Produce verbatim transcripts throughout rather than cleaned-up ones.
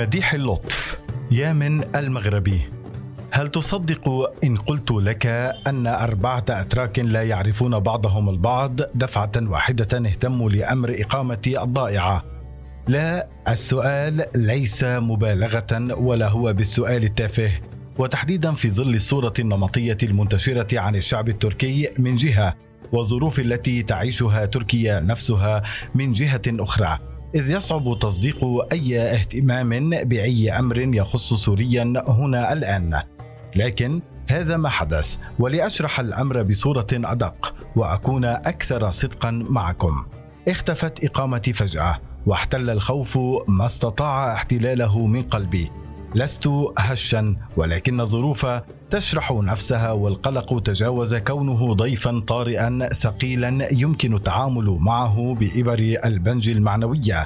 مديح اللطف. يا من المغربي، هل تصدق إن قلت لك أن أربعة أتراك لا يعرفون بعضهم البعض دفعة واحدة اهتموا لأمر إقامة الضائعة؟ لا، السؤال ليس مبالغة ولا هو بالسؤال التافه، وتحديدا في ظل الصورة النمطية المنتشرة عن الشعب التركي من جهة، والظروف التي تعيشها تركيا نفسها من جهة أخرى، إذ يصعب تصديق أي اهتمام بأي أمر يخص سوريا هنا الآن. لكن هذا ما حدث، ولأشرح الأمر بصورة أدق وأكون أكثر صدقا معكم. اختفت إقامتي فجأة، واحتل الخوف ما استطاع احتلاله من قلبي. لست هشا، ولكن الظروف تشرح نفسها، والقلق تجاوز كونه ضيفا طارئا ثقيلا يمكن التعامل معه بإبر البنج المعنوية،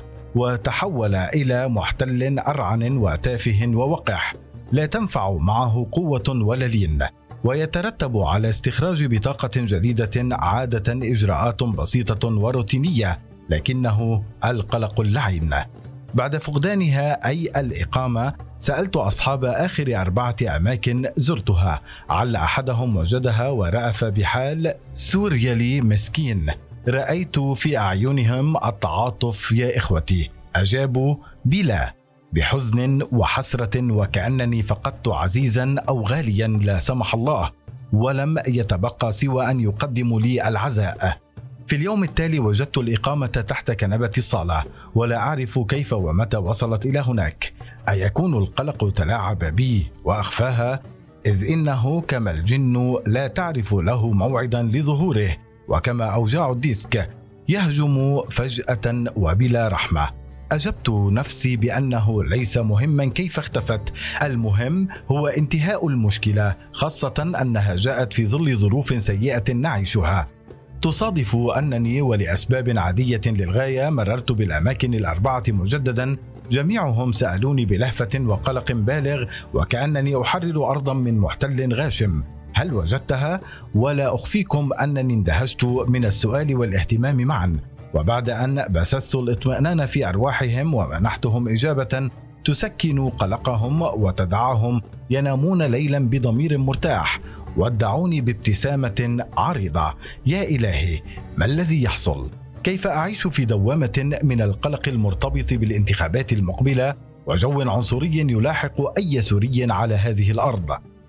وتحول إلى محتل أرعن وتافه ووقح لا تنفع معه قوة ولا لين، ويترتب على استخراج بطاقة جديدة عادة إجراءات بسيطة وروتينية، لكنه القلق اللعين. بعد فقدانها أي الإقامة، سألت أصحاب آخر أربعة أماكن زرتها على أحدهم وجدها ورأف بحال سوريالي مسكين. رأيت في أعينهم التعاطف يا إخوتي. أجابوا بلا، بحزن وحسرة، وكأنني فقدت عزيزا أو غاليا لا سمح الله، ولم يتبقى سوى أن يقدموا لي العزاء. في اليوم التالي وجدت الإقامة تحت كنبة الصالة، ولا أعرف كيف ومتى وصلت إلى هناك. أيكون القلق تلاعب بي وأخفاها، إذ إنه كما الجن لا تعرف له موعدا لظهوره، وكما أوجاع الديسك يهجم فجأة وبلا رحمة. أجبت نفسي بأنه ليس مهما كيف اختفت، المهم هو انتهاء المشكلة، خاصة أنها جاءت في ظل ظروف سيئة نعيشها. تصادف أنني ولأسباب عادية للغاية مررت بالأماكن الأربعة مجددا، جميعهم سألوني بلهفة وقلق بالغ، وكأنني أحرر أرضا من محتل غاشم. هل وجدتها؟ ولا أخفيكم أنني اندهشت من السؤال والاهتمام معا، وبعد أن بثثت الاطمئنان في أرواحهم ومنحتهم إجابة تسكن قلقهم وتدعهم ينامون ليلا بضمير مرتاح، ودعوني بابتسامة عريضة. يا إلهي، ما الذي يحصل؟ كيف أعيش في دوامة من القلق المرتبط بالانتخابات المقبلة، وجو عنصري يلاحق أي سوري على هذه الأرض،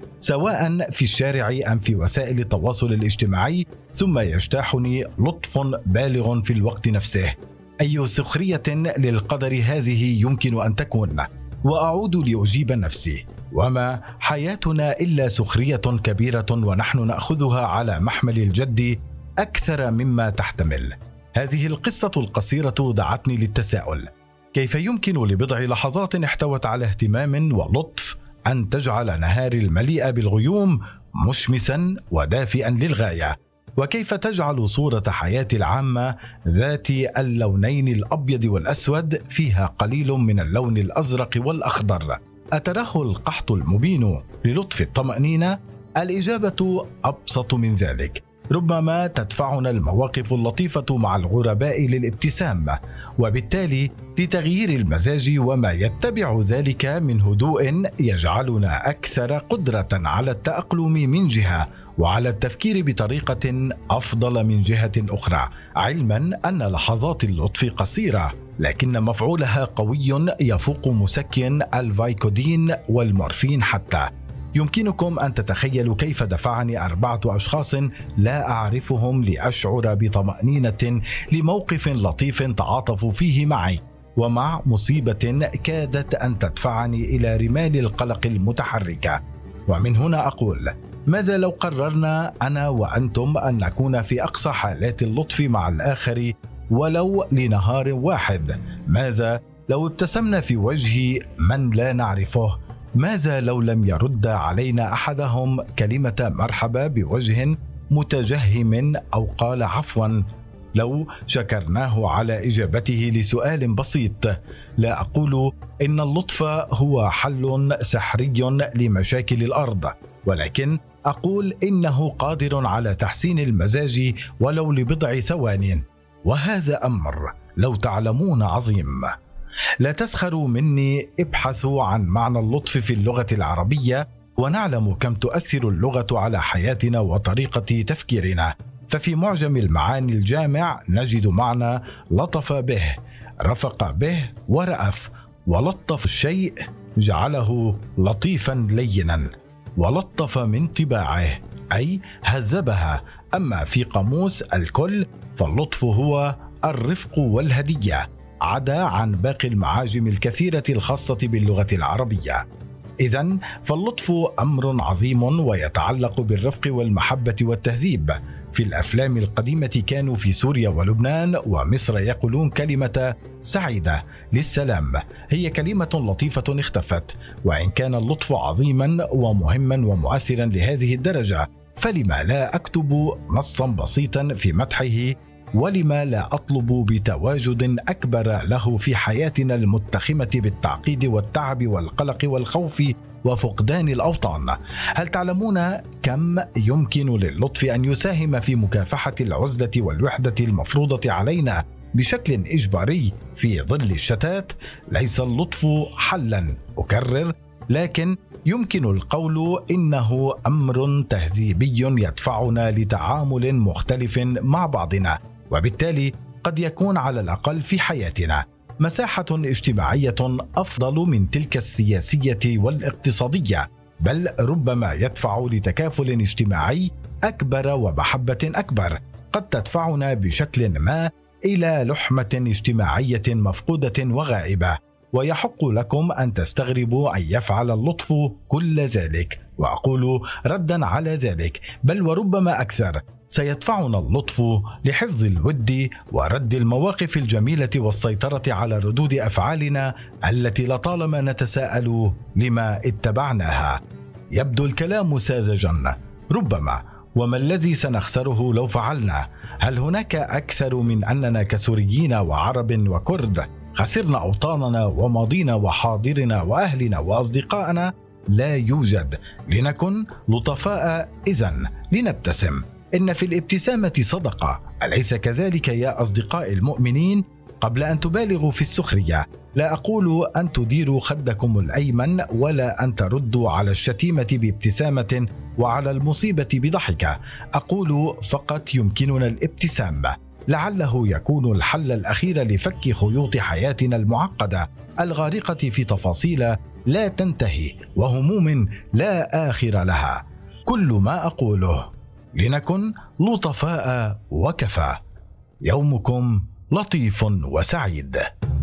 سواء في الشارع أم في وسائل التواصل الاجتماعي، ثم يجتاحني لطف بالغ في الوقت نفسه. أي سخرية للقدر هذه يمكن أن تكون؟ وأعود لأجيب نفسي، وما حياتنا إلا سخرية كبيرة، ونحن نأخذها على محمل الجد أكثر مما تحتمل. هذه القصة القصيرة دعتني للتساؤل: كيف يمكن لبضع لحظات احتوت على اهتمام ولطف أن تجعل نهار المليء بالغيوم مشمسا ودافئا للغاية؟ وكيف تجعل صورة حياة العامة ذات اللونين الأبيض والأسود فيها قليل من اللون الأزرق والأخضر؟ أتراه القحط المبين للطف الطمأنينة؟ الإجابة أبسط من ذلك. ربما تدفعنا المواقف اللطيفة مع الغرباء للابتسام، وبالتالي لتغيير المزاج، وما يتبع ذلك من هدوء يجعلنا أكثر قدرة على التأقلم من جهة، وعلى التفكير بطريقة أفضل من جهة أخرى، علما أن لحظات اللطف قصيرة، لكن مفعولها قوي يفوق مسكن الفايكودين والمورفين حتى. يمكنكم أن تتخيلوا كيف دفعني أربعة أشخاص لا أعرفهم لأشعر بطمأنينة لموقف لطيف تعاطفوا فيه معي، ومع مصيبة كادت أن تدفعني إلى رمال القلق المتحركة. ومن هنا أقول: ماذا لو قررنا أنا وأنتم أن نكون في أقصى حالات اللطف مع الآخر ولو لنهار واحد؟ ماذا لو ابتسمنا في وجه من لا نعرفه؟ ماذا لو لم يرد علينا أحدهم كلمة مرحبا بوجه متجهم أو قال عفوا؟ لو شكرناه على إجابته لسؤال بسيط؟ لا أقول إن اللطف هو حل سحري لمشاكل الأرض، ولكن أقول إنه قادر على تحسين المزاج ولو لبضع ثوان، وهذا أمر لو تعلمون عظيم. لا تسخروا مني، ابحثوا عن معنى اللطف في اللغة العربية ونعلم كم تؤثر اللغة على حياتنا وطريقة تفكيرنا. ففي معجم المعاني الجامع نجد معنى لطف به، رفق به ورأف، ولطف الشيء جعله لطيفا لينا، ولطف من طباعه أي هذبها. أما في قاموس الكل فاللطف هو الرفق والهدية، عدا عن باقي المعاجم الكثيرة الخاصة باللغة العربية. إذن فاللطف أمر عظيم ويتعلق بالرفق والمحبة والتهذيب. في الأفلام القديمة كانوا في سوريا ولبنان ومصر يقولون كلمة سعيدة للسلام، هي كلمة لطيفة اختفت. وإن كان اللطف عظيما ومهما ومؤثرا لهذه الدرجة، فلما لا أكتب نصا بسيطا في مدحه؟ ولما لا أطلب بتواجد أكبر له في حياتنا المتخمة بالتعقيد والتعب والقلق والخوف وفقدان الأوطان؟ هل تعلمون كم يمكن للطف أن يساهم في مكافحة العزلة والوحدة المفروضة علينا بشكل إجباري في ظل الشتات؟ ليس اللطف حلا، أكرر، لكن يمكن القول إنه أمر تهذيبي يدفعنا لتعامل مختلف مع بعضنا، وبالتالي قد يكون على الأقل في حياتنا مساحة اجتماعية أفضل من تلك السياسية والاقتصادية، بل ربما يدفع لتكافل اجتماعي أكبر ومحبة أكبر، قد تدفعنا بشكل ما إلى لحمة اجتماعية مفقودة وغائبة. ويحق لكم أن تستغربوا أن يفعل اللطف كل ذلك، وأقول ردا على ذلك بل وربما أكثر، سيدفعنا اللطف لحفظ الود ورد المواقف الجميلة والسيطرة على ردود أفعالنا التي لطالما نتساءل لما اتبعناها. يبدو الكلام ساذجا ربما، وما الذي سنخسره لو فعلنا؟ هل هناك أكثر من أننا كسوريين وعرب وكرد خسرنا أوطاننا وماضينا وحاضرنا وأهلنا وأصدقائنا؟ لا يوجد. لنكن لطفاء إذن، لنبتسم، إن في الابتسامة صدقة، أليس كذلك يا أصدقاء المؤمنين؟ قبل أن تبالغوا في السخرية، لا أقول أن تديروا خدكم الأيمن ولا أن تردوا على الشتيمة بابتسامة وعلى المصيبة بضحكة، أقول فقط يمكننا الابتسامة، لعله يكون الحل الأخير لفك خيوط حياتنا المعقدة الغارقة في تفاصيل لا تنتهي وهموم لا آخر لها. كل ما أقوله لنكن لطفاء وكفى. يومكم لطيف وسعيد.